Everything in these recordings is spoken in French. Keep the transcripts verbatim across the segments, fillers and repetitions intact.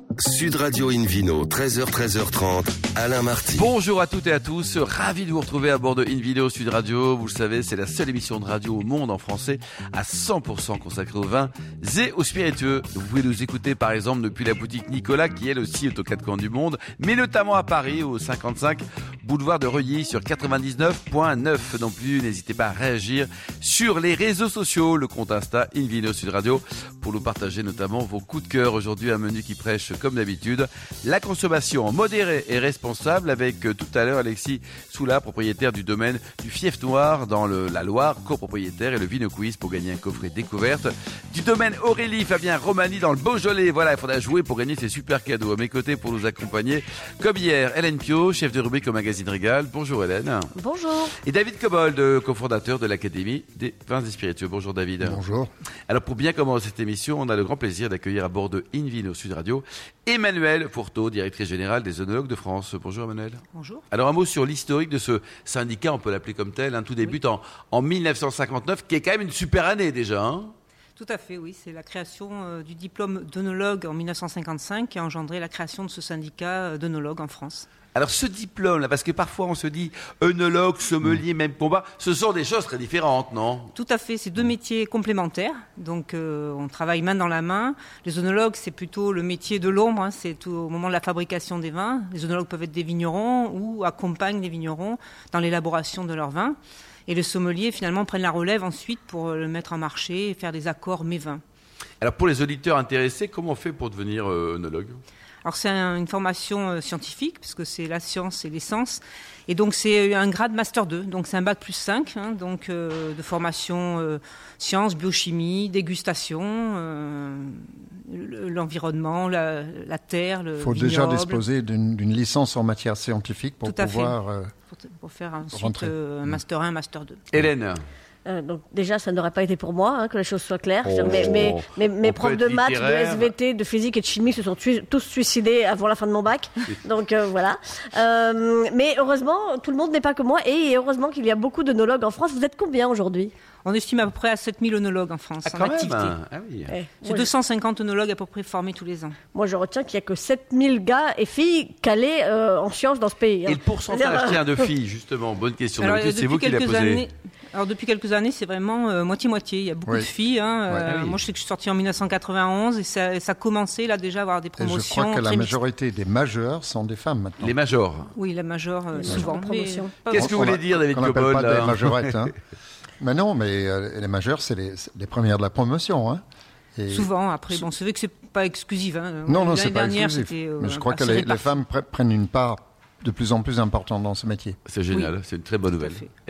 Sud Radio Invino, treize heures, treize heures trente, Alain Marty. Bonjour à toutes et à tous, ravi de vous retrouver à bord de Invino Sud Radio. Vous le savez, c'est la seule émission de radio au monde en français à cent pour cent consacrée aux vins et aux spiritueux. Vous pouvez nous écouter par exemple depuis la boutique Nicolas qui elle aussi est aux quatre coins du monde, mais notamment à Paris au cinquante-cinq boulevard de Reuilly sur quatre-vingt-dix-neuf virgule neuf. Non plus, n'hésitez pas à réagir sur les réseaux sociaux, le compte Insta Invino Sud Radio, pour nous partager notamment vos coups de cœur. Aujourd'hui, un menu qui prêche comme d'habitude la consommation modérée et responsable avec euh, tout à l'heure Alexis Soula, propriétaire du domaine du Fief Noir dans le, la Loire, copropriétaire, et le Vino Quiz pour gagner un coffret découverte du domaine Aurélie Fabien Romani dans le Beaujolais. Voilà, il faudra jouer pour gagner ces super cadeaux. À mes côtés pour nous accompagner, comme hier, Hélène Pio, chef de rubrique au magazine Régal. Bonjour Hélène. Bonjour. Et David Cobold, cofondateur de l'Académie des vins et spiritueux. Bonjour David. Bonjour. Alors pour bien commencer cette émission, on a le grand plaisir d'accueillir à bord de Invino Sud Radio Emmanuelle Fourteau, directrice générale des œnologues de France. Bonjour Emmanuelle. Bonjour. Alors un mot sur l'historique de ce syndicat, on peut l'appeler comme tel. Hein, tout débute oui. en, en dix-neuf cent cinquante-neuf, qui est quand même une super année déjà. Hein. Tout à fait, oui. C'est la création euh, du diplôme d'œnologue en dix-neuf cent cinquante-cinq qui a engendré la création de ce syndicat d'œnologues en France. Alors ce diplôme-là, parce que parfois on se dit œnologue, sommelier, mmh. même combat, ce sont des choses très différentes, non ? Tout à fait, c'est deux métiers complémentaires. Donc euh, on travaille main dans la main. Les œnologues, c'est plutôt le métier de l'ombre, hein, c'est tout au moment de la fabrication des vins. Les œnologues peuvent être des vignerons ou accompagnent les vignerons dans l'élaboration de leurs vins. Et les sommeliers, finalement, prennent la relève ensuite pour le mettre en marché et faire des accords mets-vins. Alors pour les auditeurs intéressés, comment on fait pour devenir euh, œnologue ? Alors c'est un, une formation euh, scientifique, puisque c'est la science et l'essence. Et donc c'est un grade master deux, donc c'est un bac plus cinq, hein, donc euh, de formation euh, sciences, biochimie, dégustation, euh, l'environnement, la, la terre, le vignoble. Il faut déjà disposer d'une, d'une licence en matière scientifique pour Tout à pouvoir fait. Euh, pour, pour faire ensuite rentrer. Euh, un master un, master deux. Hélène. Euh, donc déjà, ça n'aurait pas été pour moi, hein, que les choses soient claires. Oh, mes mes, mes, mes profs de maths, littéraire. de S V T, de physique et de chimie se sont tu- tous suicidés avant la fin de mon bac. Donc euh, voilà. Euh, mais heureusement, tout le monde n'est pas comme moi. Et heureusement qu'il y a beaucoup d'œnologues en France. Vous êtes combien aujourd'hui ? On estime à peu près à sept mille œnologues en France, ah, en quand activité. Même, hein. Ah oui. Eh, C'est deux cent cinquante œnologues à peu près formés tous les ans. Moi, je retiens qu'il n'y a que sept mille gars et filles calés euh, en sciences dans ce pays. Hein. Et le pourcentage tiens, de filles, justement, bonne question. Alors, c'est vous qui l'avez posé. Années, alors depuis quelques années, c'est vraiment euh, moitié-moitié. Il y a beaucoup oui. de filles. Hein. Ouais. Euh, Ah oui. Moi, je sais que je suis sortie en dix-neuf cent quatre-vingt-onze et ça, ça a commencé là déjà à avoir des promotions. Et je crois que la très majorité mixtes. Des majeurs sont des femmes maintenant. Les majors. Oui, la majeure, euh, Les souvent. majors de promotion. Mais, Qu'est-ce que vous voulez dire, David On n'appelle Cobold, pas là des majorettes. Hein. Mais non, mais euh, les majeurs, c'est les, c'est les premières de la promotion. Hein. Et souvent, après, bon, c'est vrai que c'est pas exclusif. Hein. Non, non, L'année c'est pas dernière, exclusif. c'était, euh, mais je crois que assez les, réparti. les femmes pre- prennent une part de plus en plus importante dans ce métier. C'est génial, Oui. c'est une très bonne Tout à nouvelle. fait. Hélène ?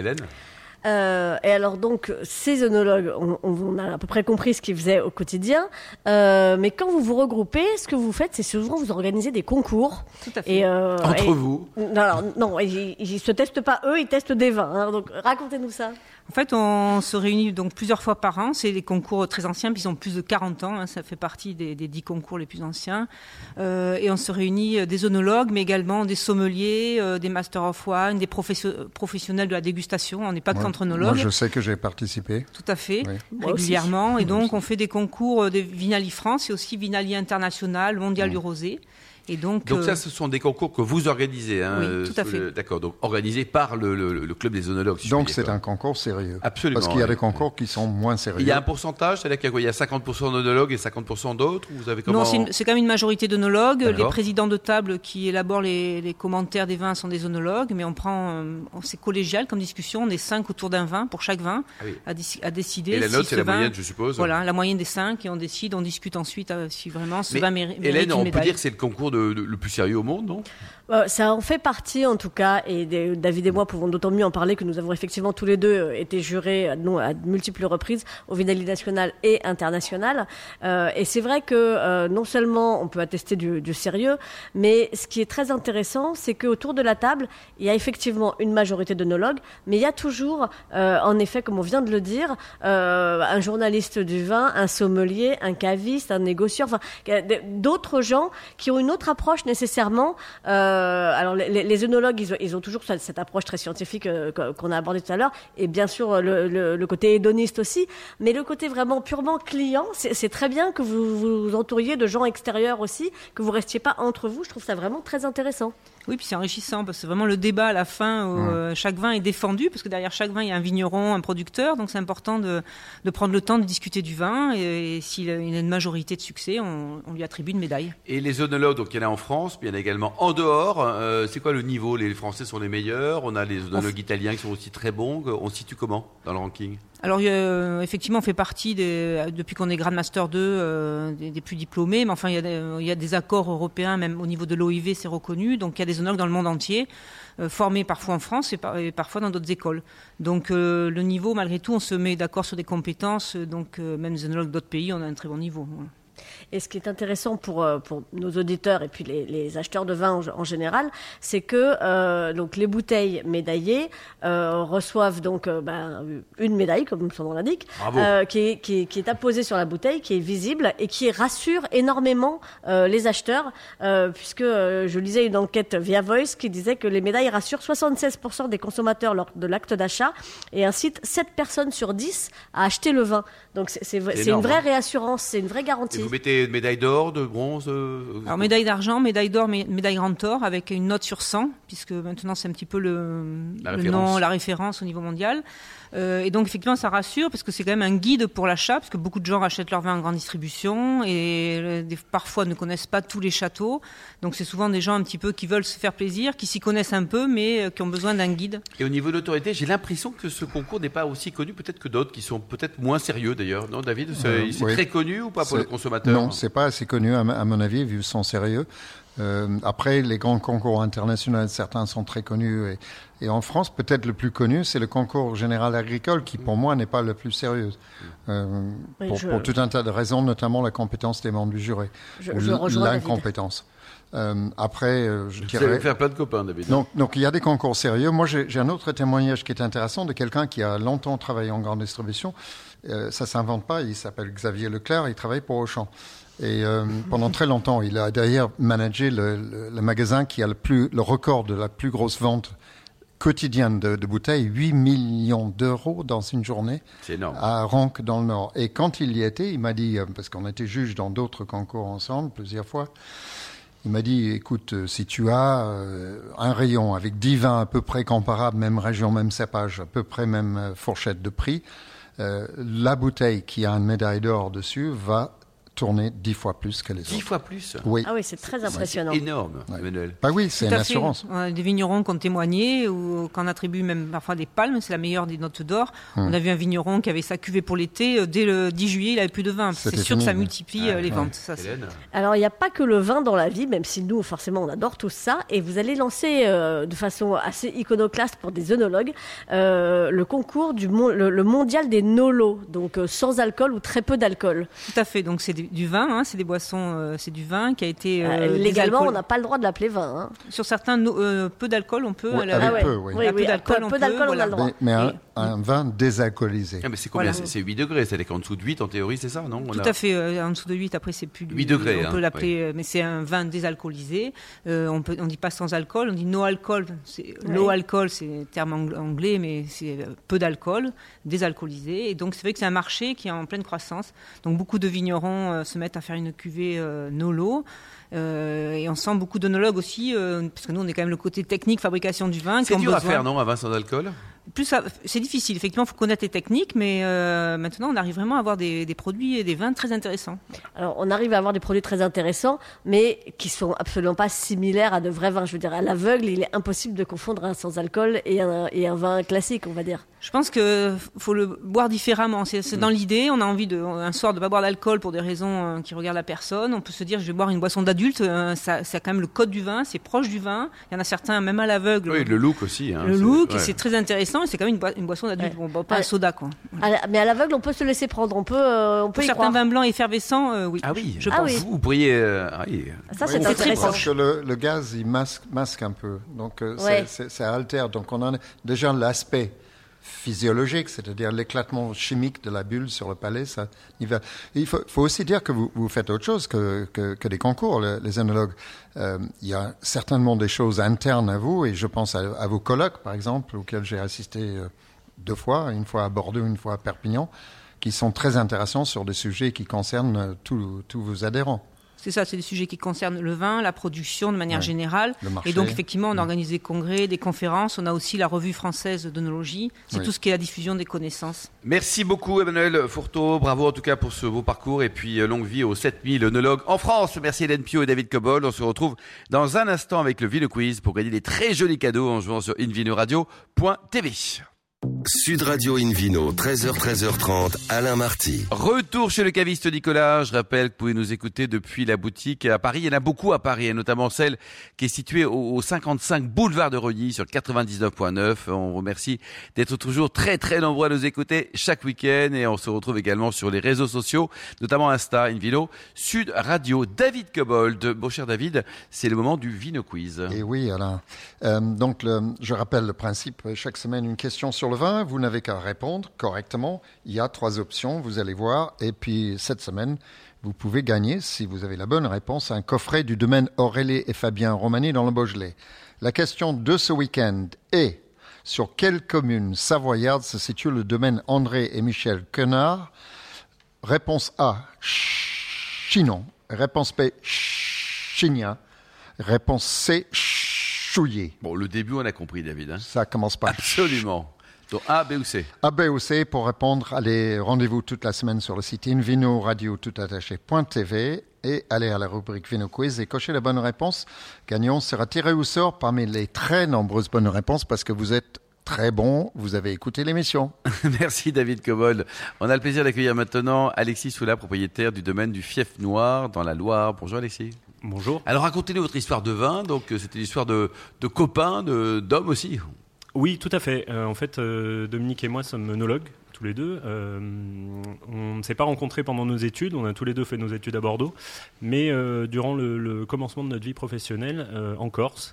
Euh, et alors donc, ces œnologues, on, on a à peu près compris ce qu'ils faisaient au quotidien. Euh, mais quand vous vous regroupez, ce que vous faites, c'est souvent vous organisez des concours. Tout à fait. Et, euh, Entre et- vous ? Non, alors, non, ils, ils se testent pas eux, ils testent des vins. Hein, donc racontez-nous ça. En fait, on se réunit donc plusieurs fois par an. C'est des concours très anciens, puis ils ont plus de quarante ans. Hein, ça fait partie des, des dix concours les plus anciens. Euh, et on se réunit euh, des œnologues, mais également des sommeliers, euh, des Master of Wine, des professio- professionnels de la dégustation. On n'est pas Moi, qu'entre moi, œnologues. je sais que j'ai participé. Tout à fait, Oui. Moi aussi. régulièrement. Et Moi donc, aussi. on fait des concours euh, de Vinali France et aussi Vinali International, Mondial Mmh. du Rosé. Et donc, Donc euh, ça, ce sont des concours que vous organisez. Hein, Oui, euh, tout à sous fait. le- D'accord, donc organisés par le, le, le club des œnologues. Si je Donc puis c'est dire, un quoi. concours sérieux. Absolument. Parce qu'il y a ouais. des concours qui sont moins sérieux. Il y a un pourcentage, c'est-à-dire qu'il y a quoi ? Il y a cinquante pour cent d'œnologues et cinquante pour cent d'autres ? Vous avez comment... non, c'est, une- c'est quand même une majorité d'œnologues. D'accord. Les présidents de table qui élaborent les, les commentaires des vins sont des œnologues, mais on prend, euh, on- c'est collégial comme discussion. On est cinq autour d'un vin pour chaque vin Ah oui. à, déci- à décider. Et la si note, ce c'est la vin- moyenne, je suppose. Voilà, la moyenne des cinq, et on décide, on discute ensuite euh, si vraiment ce Mais vin méri- mérite Hélène, une on peut médaille. dire que c'est le concours de, de- le plus sérieux au monde, non ? Euh, ça en fait partie en tout cas, et des- David et moi pouvons d'autant mieux en parler que nous avons effectivement tous les deux euh, été jurés à, non, à de multiples reprises au Vinali national et international. Euh, et c'est vrai que euh, non seulement on peut attester du, du sérieux, mais ce qui est très intéressant, c'est qu'autour de la table, il y a effectivement une majorité d'œnologues, mais il y a toujours, euh, en effet, comme on vient de le dire, euh, un journaliste du vin, un sommelier, un caviste, un négociant, enfin d'autres gens qui ont une autre autre approche nécessairement. Euh, alors les, les œnologues, ils ont, ils ont toujours cette approche très scientifique euh, qu'on a abordée tout à l'heure, et bien sûr le, le, le côté hédoniste aussi, mais le côté vraiment purement client, c'est, c'est très bien que vous vous entouriez de gens extérieurs aussi, que vous restiez pas entre vous. Je trouve ça vraiment très intéressant. Oui, puis c'est enrichissant parce que c'est vraiment le débat à la fin où mmh. euh, chaque vin est défendu, parce que derrière chaque vin il y a un vigneron, un producteur, donc c'est important de, de prendre le temps de discuter du vin, et, et s'il y a une majorité de succès, on, on lui attribue une médaille. Et les œnologues, donc il y en a en France, puis il y en a également en dehors. Euh, c'est quoi le niveau? Les Français sont les meilleurs, on a les œnologues f... italiens qui sont aussi très bons. On se situe comment dans le ranking? Alors euh, effectivement, on fait partie des, depuis qu'on est Grand Master deux euh, des, des plus diplômés, mais enfin il y, a des, il y a des accords européens, même au niveau de l'O I V, c'est reconnu. Donc il y a des œnologues dans le monde entier, euh, formés parfois en France et, par, et parfois dans d'autres écoles. Donc euh, le niveau, malgré tout, on se met d'accord sur des compétences. Donc euh, même les œnologues d'autres pays, on a un très bon niveau. Voilà. Et ce qui est intéressant pour, pour nos auditeurs et puis les, les acheteurs de vin en, en général, c'est que euh, donc les bouteilles médaillées euh, reçoivent donc euh, ben, une médaille, comme son nom l'indique, euh, qui, est, qui, est, qui est apposée sur la bouteille, qui est visible et qui rassure énormément euh, les acheteurs, euh, puisque euh, je lisais une enquête via Voice qui disait que les médailles rassurent soixante-seize pour cent des consommateurs lors de l'acte d'achat et incitent sept personnes sur dix à acheter le vin. Donc c'est, c'est, c'est, c'est une vraie hein. réassurance, c'est une vraie garantie. Et vous mettez une médaille d'or, de bronze euh, Alors médaille d'argent, médaille d'or, médaille grand or, avec une note sur cent, puisque maintenant c'est un petit peu le, la, le référence. nom, la référence au niveau mondial. Euh, et donc effectivement ça rassure, parce que c'est quand même un guide pour l'achat, parce que beaucoup de gens achètent leur vin en grande distribution et euh, des, parfois ne connaissent pas tous les châteaux. Donc c'est souvent des gens un petit peu qui veulent se faire plaisir, qui s'y connaissent un peu, mais euh, qui ont besoin d'un guide. Et au niveau de l'autorité, j'ai l'impression que ce concours n'est pas aussi connu peut-être que d'autres, qui sont peut-être moins sérieux d'ailleurs. Non, David, c'est, euh, c'est oui. très connu ou pas pour c'est, le consommateur? Non, c'est pas assez connu à mon avis, vu son sérieux. Euh, après, les grands concours internationaux, certains sont très connus. Et, et en France, peut-être le plus connu, c'est le concours général agricole, qui pour moi n'est pas le plus sérieux. Euh, oui, pour, je... pour tout un tas de raisons, notamment la compétence des membres du jury. Je, je rejoins l'incompétence. Euh, après, euh, je Vous dirais... allez faire plein de copains, David. Donc, donc, il y a des concours sérieux. Moi, j'ai, j'ai un autre témoignage qui est intéressant de quelqu'un qui a longtemps travaillé en grande distribution. Euh, ça s'invente pas. Il s'appelle Xavier Leclerc. Il travaille pour Auchan. Et euh, pendant très longtemps, il a d'ailleurs managé le, le, le magasin qui a le, plus, le record de la plus grosse vente quotidienne de, de bouteilles, huit millions d'euros dans une journée. C'est énorme. À Ranque dans le Nord. Et quand il y était, il m'a dit, parce qu'on était juge dans d'autres concours ensemble plusieurs fois, il m'a dit, écoute, si tu as euh, un rayon avec dix vins à peu près comparables, même région, même cépage, à peu près même euh, fourchette de prix, euh, la bouteille qui a une médaille d'or dessus va tourner dix fois plus que les autres. Dix fois plus? Oui. Ah oui, c'est très impressionnant. C'est énorme, ouais. Emmanuel. Bah oui, c'est Tout une à fait. assurance. On a des vignerons qui ont témoigné ou qu'on attribue même parfois des palmes, c'est la meilleure des notes d'or. Hum. On a vu un vigneron qui avait sa cuvée pour l'été, dès le dix juillet, il avait plus de vin. C'était c'est sûr fini, que ça ouais. multiplie ah, les ouais. ventes. Ça, c'est... Alors, il n'y a pas que le vin dans la vie, même si nous, forcément, on adore tout ça. Et vous allez lancer euh, de façon assez iconoclaste pour des œnologues euh, le concours du mon- le, le mondial des nolos, donc euh, sans alcool ou très peu d'alcool. Tout à fait. Donc c'est du, du vin, hein, c'est des boissons, euh, c'est du vin qui a été euh, Euh, légalement, désalcool- on n'a pas le droit de l'appeler vin. Hein. Sur certains, no- euh, peu d'alcool, on peut. Ouais, la- avec Ah ouais. peu, oui. Oui, Un peu oui, d'alcool, peu, on peu peut, d'alcool, on voilà. a le droit. Mais, mais un, Et- un vin désalcoolisé. Ah, mais c'est combien? Voilà. c'est, c'est huit degrés, c'est-à-dire qu'en dessous de huit, en théorie, c'est ça, non? On Tout a... à fait, euh, en dessous de huit, après c'est plus du- huit degrés, on peut hein, l'appeler, oui. euh, mais c'est un vin désalcoolisé. Euh, on peut, on dit pas sans alcool, on dit no alcool. C'est, Oui. Low alcool, c'est un terme ang- anglais, mais c'est euh, peu d'alcool, désalcoolisé. Et donc c'est vrai que c'est un marché qui est en pleine croissance. Donc beaucoup de vignerons euh, se mettent à faire une cuvée euh, no low. Euh, et on sent beaucoup d'œnologues aussi, euh, parce que nous on est quand même le côté technique, fabrication du vin. C'est qui ont dur à besoin- faire, non, un vin sans alcool? Plus ça- c'est difficile, effectivement, il faut connaître les techniques, mais euh, maintenant on arrive vraiment à avoir des, des produits et des vins très intéressants. Alors, on arrive à avoir des produits très intéressants, mais qui sont absolument pas similaires à de vrais vins. Je veux dire, à l'aveugle, il est impossible de confondre un sans alcool et un, et un vin classique, on va dire. Je pense qu'il faut le boire différemment. C'est, c'est dans l'idée, on a envie de, un soir de ne pas boire d'alcool pour des raisons euh, qui regardent la personne. On peut se dire, je vais boire une boisson d'adulte, euh, ça, c'est quand même le code du vin, c'est proche du vin. Il y en a certains, même à l'aveugle. Oui, le look aussi. Hein, le c'est- look, ouais. et c'est très intéressant, et c'est quand même une, boi- une boisson d'adulte. Ouais. Bon, bon, pas Ah, un soda, quoi. À la- mais à l'aveugle, on peut se laisser prendre, on peut, euh, on peut Pour y certains croire. vins blancs effervescents, euh, oui. Ah oui, je Ah pense. oui. Vous, vous pourriez... euh, ah oui. Ça, Oui, c'est mais très intéressant. parce que le, le gaz, il masque, masque un peu. Donc, euh, Ouais. c'est, c'est, ça altère. Donc, on a déjà l'aspect physiologique, c'est-à-dire l'éclatement chimique de la bulle sur le palais. Ça, il va... il faut, faut aussi dire que vous, vous faites autre chose que, que, que des concours, les, les œnologues. Euh, il y a certainement des choses internes à vous, et je pense à, à vos colloques, par exemple, auxquels j'ai assisté euh, deux fois, une fois à Bordeaux, une fois à Perpignan, qui sont très intéressants sur des sujets qui concernent tous vos adhérents. C'est ça, c'est des sujets qui concernent le vin, la production de manière ouais, générale. Et donc, effectivement, on organise des congrès, des conférences. On a aussi la revue française d'œnologie. C'est oui. tout ce qui est la diffusion des connaissances. Merci beaucoup, Emmanuel Fourteau. Bravo en tout cas pour ce beau parcours. Et puis, longue vie aux sept mille œnologues en France. Merci Hélène Pio et David Cobold. On se retrouve dans un instant avec le Vino Quiz pour gagner des très jolis cadeaux en jouant sur invinoradio point t v. Sud Radio Invino, treize heures, treize heures trente, Alain Marty. Retour chez le caviste Nicolas. Je rappelle que vous pouvez nous écouter depuis la boutique à Paris. Il y en a beaucoup à Paris, et notamment celle qui est située au cinquante-cinq boulevard de Reuilly sur quatre-vingt-dix-neuf point neuf. On vous remercie d'être toujours très très nombreux à nous écouter chaque week-end, et on se retrouve également sur les réseaux sociaux, notamment Insta, Invino, Sud Radio. David Cobold. Bon cher David, c'est le moment du Vino Quiz. Et oui Alain. Euh, donc le, je rappelle le principe, chaque semaine une question sur le vin, vous n'avez qu'à répondre correctement. Il y a trois options, vous allez voir. Et puis cette semaine, vous pouvez gagner, si vous avez la bonne réponse, un coffret du domaine Aurélie et Fabien Romani dans le Beaujolais. La question de ce week-end est: sur quelle commune savoyarde se situe le domaine André et Michel Quenard? Réponse A, Chinon. Réponse B, Chigna. Réponse C, Chouillé. Bon, le début, on a compris, David. Hein. Ça commence par... Absolument. Donc A, B ou C? A, B ou C. Pour répondre, allez, rendez-vous toute la semaine sur le site invinoradio tout attaché point t v et allez à la rubrique Vino Quiz et cochez la bonne réponse. Gagnant sera tiré au sort parmi les très nombreuses bonnes réponses parce que vous êtes très bon, vous avez écouté l'émission. Merci David Cobold. On a le plaisir d'accueillir maintenant Alexis Soula, propriétaire du domaine du Fief Noir dans la Loire. Bonjour Alexis. Bonjour. Alors racontez-nous votre histoire de vin. Donc c'était l'histoire de, de copains, de, d'hommes aussi. Oui, tout à fait. Euh, en fait, euh, Dominique et moi sommes œnologues, tous les deux. Euh, on ne s'est pas rencontrés pendant nos études, on a tous les deux fait nos études à Bordeaux, mais euh, durant le, le commencement de notre vie professionnelle euh, en Corse,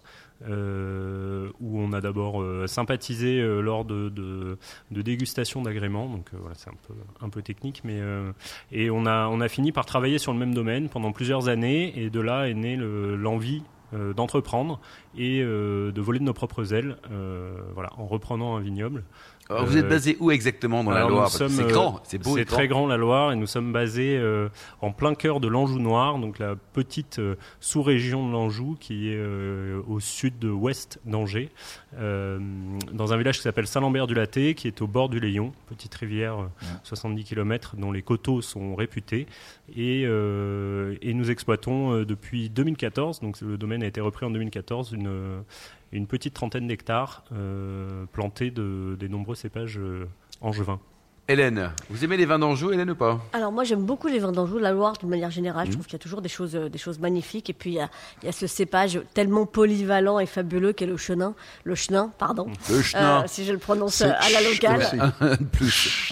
euh, où on a d'abord euh, sympathisé euh, lors de, de, de dégustation d'agréments, donc euh, voilà, c'est un peu, un peu technique, mais euh, et on a, on a fini par travailler sur le même domaine pendant plusieurs années, et de là est née le, l'envie Euh, d'entreprendre et euh, de voler de nos propres ailes, euh, voilà, en reprenant un vignoble. Alors, vous euh, êtes basé où exactement dans la Loire? sommes, C'est grand, c'est beau. C'est grand. très grand la Loire, et nous sommes basés euh, en plein cœur de l'Anjou Noir, donc la petite euh, sous-région de l'Anjou qui est euh, au sud-ouest d'Angers, euh, dans un village qui s'appelle Saint-Lambert-du-Laté, qui est au bord du Layon, petite rivière, euh, ouais. soixante-dix kilomètres, dont les coteaux sont réputés, et, euh, et nous exploitons euh, depuis deux mille quatorze, donc le domaine a été repris en deux mille quatorze, une euh, une petite trentaine d'hectares euh, plantés de, des nombreux cépages euh, angevins. Hélène, vous aimez les vins d'Anjou, Hélène, ou pas? Alors moi j'aime beaucoup les vins d'Anjou, la Loire d'une manière générale. Mmh. Je trouve qu'il y a toujours des choses, des choses magnifiques. Et puis il y a, il y a ce cépage tellement polyvalent et fabuleux qu'est le chenin, le chenin, pardon, le chenin, euh, si je le prononce C'est à la locale. Plus.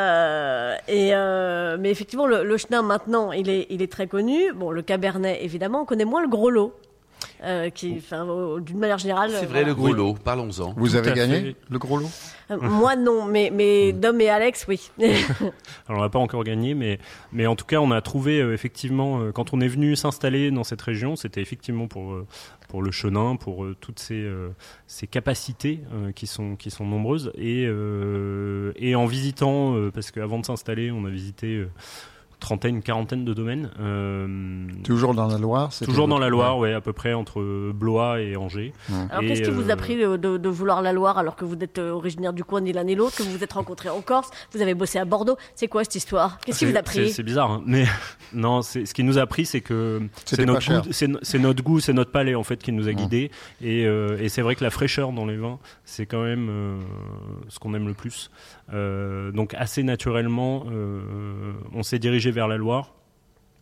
Euh, et euh, mais effectivement le, le chenin maintenant il est, il est très connu. Bon, le cabernet évidemment, on connaît moins le gros lot. Euh, qui, enfin, euh, d'une manière générale. C'est vrai, voilà. Le gros lot, parlons-en. Vous Tout avez gagné fait. le gros lot? euh, Moi non, mais, mais Dom et Alex, oui. Alors on n'a pas encore gagné, mais, mais en tout cas on a trouvé euh, effectivement, euh, quand on est venu s'installer dans cette région, c'était effectivement pour, euh, pour le chenin, pour euh, toutes ces, euh, ces capacités euh, qui, sont, qui sont nombreuses. Et, euh, et en visitant, euh, parce qu'avant de s'installer, on a visité... Euh, trentaine, quarantaine de domaines. Euh, toujours dans la Loire? Toujours dans la Loire, oui, ouais, à peu près entre Blois et Angers. Mmh. Alors et qu'est-ce qui euh, vous a pris de, de, de vouloir la Loire alors que vous êtes originaire du coin ni l'un ni l'autre, que vous vous êtes rencontrés en Corse, vous avez bossé à Bordeaux? C'est quoi cette histoire? Qu'est-ce qui vous a pris? C'est, c'est bizarre, hein, mais non, c'est, ce qui nous a pris, c'est que C'était c'est notre, goût, c'est, c'est notre goût, c'est notre palais en fait qui nous a guidés. Mmh. Et, euh, et c'est vrai que la fraîcheur dans les vins, c'est quand même euh, ce qu'on aime le plus. Euh, donc assez naturellement, euh, on s'est dirigé vers la Loire.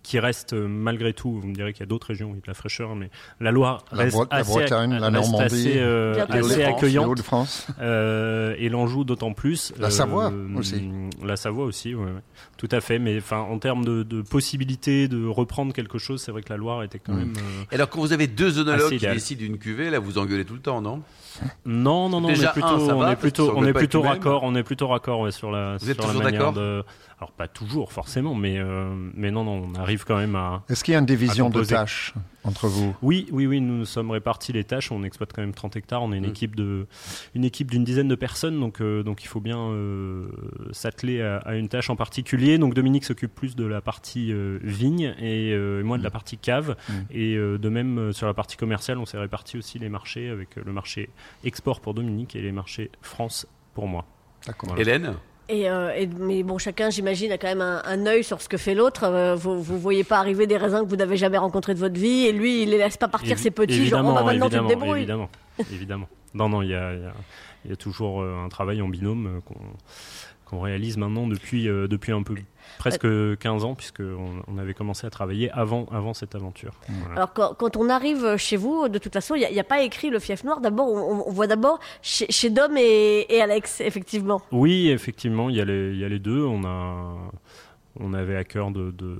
qui reste malgré tout, vous me direz qu'il y a d'autres régions où il y a de la fraîcheur, mais la Loire La reste Bro- la assez, Bretagne, la reste Normandie, assez, euh, les assez Les accueillante. Hauts-de-France. Euh, et l'Anjou d'autant plus. La Savoie aussi. La Savoie aussi, ouais, ouais. Tout à fait. Mais enfin, en termes de, de possibilité de reprendre quelque chose, c'est vrai que la Loire était quand Mmh. même. Euh... Et alors, quand vous avez deux œnologues Assez qui idéal. décident d'une cuvée, là, vous engueulez tout le temps, non? Non, non, non. Déjà, on est plutôt, un, ça on va, est parce plutôt, qu'ils on est s'engueulent plutôt pas avec raccord. On est plutôt raccord ouais, sur la. Vous êtes sur la toujours manière d'accord de... Alors pas toujours forcément, mais euh, mais non, non, on arrive quand même à. Est-ce qu'il y a une division à de composer. tâches entre vous? Oui, oui, oui, nous nous sommes répartis les tâches. On exploite quand même trente hectares. On est une Mmh. équipe de, une équipe d'une dizaine de personnes. Donc, euh, donc il faut bien euh, s'atteler à, à une tâche en particulier. Donc Dominique s'occupe plus de la partie euh, vigne et euh, moi de la partie cave. Mmh. Et euh, de même euh, sur la partie commerciale, on s'est réparti aussi les marchés avec euh, le marché export pour Dominique et les marchés France pour moi. D'accord. Voilà. Hélène? Et, euh, et- mais bon, chacun, j'imagine, a quand même un, un œil sur ce que fait l'autre. Euh, vous, vous voyez pas arriver des raisins que vous n'avez jamais rencontrés de votre vie, et lui, il les laisse pas partir Évi- ses petits. Genre, oh, bah, maintenant tu te évidemment, débrouilles. évidemment, évidemment. Non, non, il y a, il y a- il y a toujours euh, un travail en binôme euh, qu'on qu'on réalise maintenant depuis euh, depuis un peu presque quinze ans, puisque on, on avait commencé à travailler avant avant cette aventure. Voilà. Alors quand, quand on arrive chez vous, de toute façon, il n'y a, a pas écrit le fief noir. D'abord, on, on voit d'abord chez, chez Dom et, et Alex, effectivement. Oui, effectivement, il y a les il y a les deux. On a on avait à cœur de, de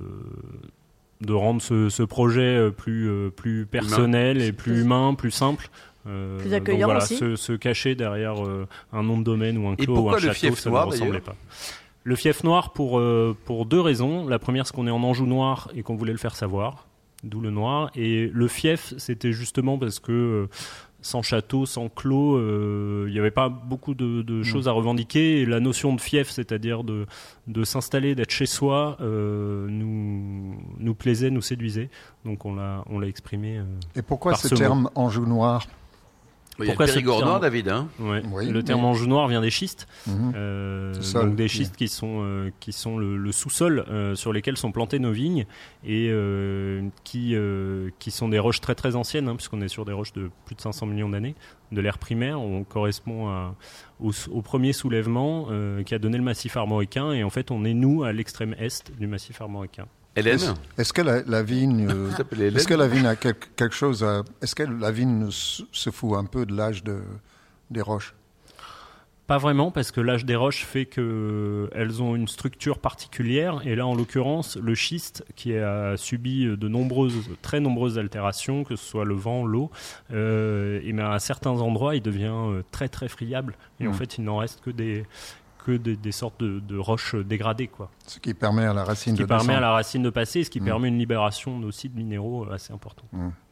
de rendre ce, ce projet plus euh, plus personnel et plus humain, plus simple. Euh, Plus donc accueillant voilà, aussi. Se, se cacher derrière euh, un nom de domaine ou un Et clos ou pourquoi un le château, fief ça noir, ne ressemblait d'ailleurs pas. Le fief noir pour, euh, pour deux raisons. La première, c'est qu'on est en Anjou noir et qu'on voulait le faire savoir, d'où le noir. Et le fief, c'était justement parce que euh, sans château, sans clos, euh, il n'y avait pas beaucoup de, de choses à revendiquer. Et la notion de fief, c'est-à-dire de, de s'installer, d'être chez soi, euh, nous, nous plaisait, nous séduisait. Donc on l'a, on l'a exprimé. euh, Et pourquoi Par ce ce mot. terme Anjou noir? Il y a le Pourquoi ce Périgord terme noir, David, hein? Ouais. Oui, le terme mais- Anjou noir vient des schistes, Mhm. euh, C'est ça, donc le- des schistes qui sont euh, qui sont le, le sous-sol euh, sur lesquels sont plantées nos vignes et euh, qui euh, qui sont des roches très très anciennes, hein, puisqu'on est sur des roches de plus de cinq cents millions d'années de l'ère primaire. On correspond à, au, au premier soulèvement euh, qui a donné le massif armoricain, et en fait on est nous à l'extrême est du massif armoricain. Hélène? Est-ce que la, la vigne, euh, Vous appelez Hélène? est-ce que la vigne a quelque, quelque chose à, est-ce que la vigne se, se fout un peu de l'âge de, des roches? Pas vraiment, parce que l'âge des roches fait qu'elles ont une structure particulière. Et là, en l'occurrence, le schiste, qui a subi de nombreuses, très nombreuses altérations, que ce soit le vent, l'eau, euh, et bien à certains endroits, il devient euh, très très friable. Et Mmh. en fait, il n'en reste que des, que des, des sortes de, de roches dégradées, quoi. Ce qui permet à la racine Ce qui de permet descendre. à la racine de passer, et ce qui Mmh. permet une libération aussi de minéraux assez importante.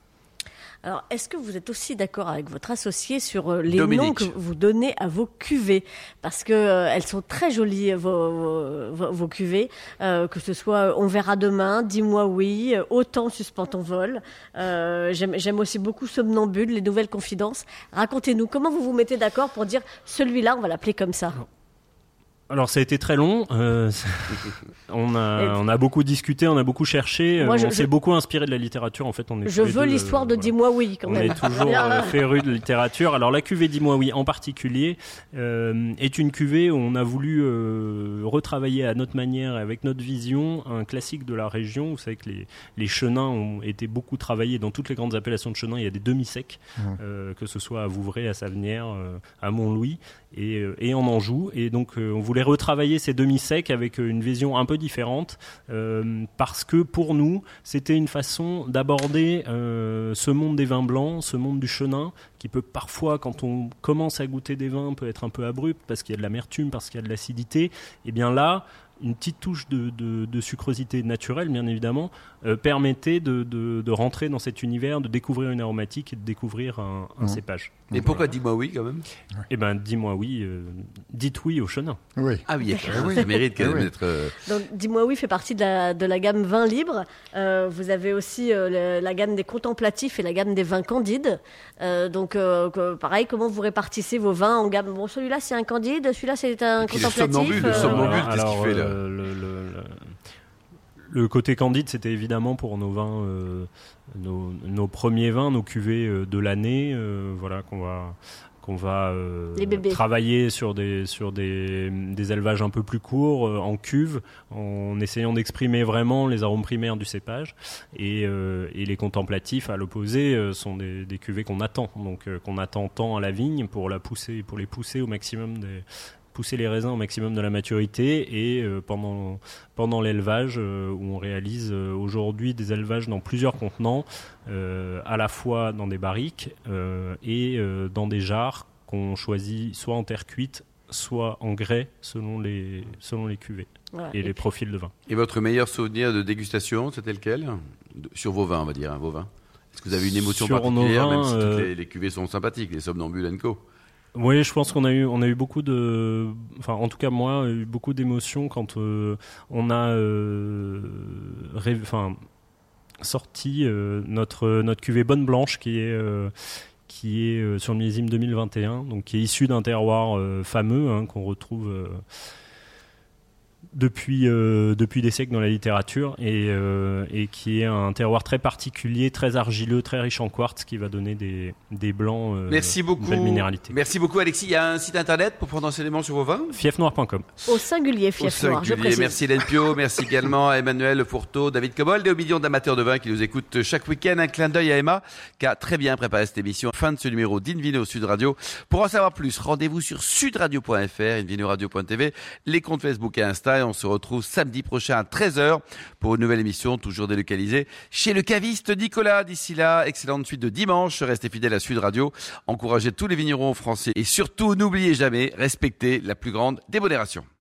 Alors, est-ce que vous êtes aussi d'accord avec votre associé sur euh, les Dominique. noms que vous donnez à vos cuvées? Parce que euh, elles sont très jolies, vos, vos, vos cuvées, euh, que ce soit euh, On verra demain, Dis-moi oui, euh, Autant suspend ton vol. Euh, j'aime, j'aime aussi beaucoup Somnambule, Les Nouvelles Confidences. Racontez-nous, comment vous vous mettez d'accord pour dire celui-là, on va l'appeler comme ça? Alors ça a été très long, euh, on, a, on a beaucoup discuté, on a beaucoup cherché, Moi, euh, je- on je- s'est beaucoup inspiré de la littérature, en fait on est Je tous les veux deux, l'histoire euh, de voilà. Dis-moi oui, quand On même. est toujours euh, férus de littérature. Alors la cuvée Dis-moi oui en particulier euh, est une cuvée où on a voulu euh, retravailler à notre manière et avec notre vision un classique de la région. Vous savez que les, les chenins ont été beaucoup travaillés dans toutes les grandes appellations de chenins. Il y a des demi-secs, euh, que ce soit à Vouvray, à Savennières, euh, à Montlouis et, euh, et en Anjou. Et donc euh, on voulait retravailler ces demi-secs avec euh, une vision un peu différente euh, parce que pour nous c'était une façon d'aborder euh, ce monde des vins blancs, ce monde du chenin qui peut parfois, quand on commence à goûter des vins, peut être un peu abrupt parce qu'il y a de l'amertume, parce qu'il y a de l'acidité. Et bien là, une petite touche de, de, de sucrosité naturelle, bien évidemment, euh, permettait de, de, de rentrer dans cet univers, de découvrir une aromatique et de découvrir un, un Mmh. cépage. Et pourquoi dis-moi oui, quand même? Eh ben, dis-moi oui, euh, dites oui au chenin. Oui. Ah oui, oui. ça mérite quand Eh même oui. d'être... euh, Donc, Dis-moi oui fait partie de la, de la gamme vin libre. Euh, vous avez aussi euh, le- la gamme des contemplatifs et la gamme des vins candides. Euh, donc, euh, que- pareil, comment vous répartissez vos vins en gamme? Bon, celui-là c'est un candide, celui-là c'est un Et puis le contemplatif. somnambule, le euh, somnambule. Alors, qu'est-ce qu'il alors, fait, là euh, le, le- le- le côté candide, c'était évidemment pour nos vins, euh, nos, nos premiers vins, nos cuvées euh, de l'année, euh, voilà, qu'on va qu'on va euh, travailler sur des sur des des élevages un peu plus courts euh, en cuve, en essayant d'exprimer vraiment les arômes primaires du cépage. Et euh, et les contemplatifs à l'opposé euh, sont des des cuvées qu'on attend, donc euh, qu'on attend tant à la vigne pour la pousser pour les pousser au maximum des pousser les raisins au maximum de la maturité et euh, pendant pendant l'élevage euh, où on réalise euh, aujourd'hui des élevages dans plusieurs contenants, euh, à la fois dans des barriques euh, et euh, dans des jarres qu'on choisit soit en terre cuite, soit en grès selon les selon les cuvées voilà, et, et les puis... profils de vin. Et votre meilleur souvenir de dégustation, c'était lequel? de, Sur vos vins, on va dire, hein, vos vins. Est-ce que vous avez une émotion sur particulière, vins, même si toutes les, les cuvées sont sympathiques, les Somnambules and Co? Oui, je pense qu'on a eu, on a eu beaucoup de, enfin, en tout cas moi, eu beaucoup d'émotions quand euh, on a, euh, rêve, enfin, sorti euh, notre notre cuvée Bonne Blanche qui est euh, qui est euh, sur le millésime deux mille vingt et un, donc qui est issu d'un terroir euh, fameux hein, qu'on retrouve euh, depuis euh, depuis des siècles dans la littérature et euh, et qui est un terroir très particulier, très argileux, très riche en quartz, qui va donner des des blancs. Euh, Merci beaucoup. Belle minéralité. Merci beaucoup, Alexis. Il y a un site internet pour prendre enseignement sur vos vins. fief noir point com. Au singulier, Fief Noir. Je précise. Merci Hélène Pio, merci également à Emmanuel Fourteau, David Cobold et aux millions d'amateurs de vin qui nous écoutent chaque week-end. Un clin d'œil à Emma qui a très bien préparé cette émission. Fin de ce numéro d'Invino Sud Radio. Pour en savoir plus, rendez-vous sur sudradio point f r, invinoradio point t v, les comptes Facebook et Insta, et on se retrouve samedi prochain à treize heures pour une nouvelle émission toujours délocalisée chez le caviste Nicolas. D'ici là, excellente suite de dimanche. Restez fidèles à Sud Radio. Encouragez tous les vignerons français et surtout, n'oubliez jamais, respectez la plus grande démodération.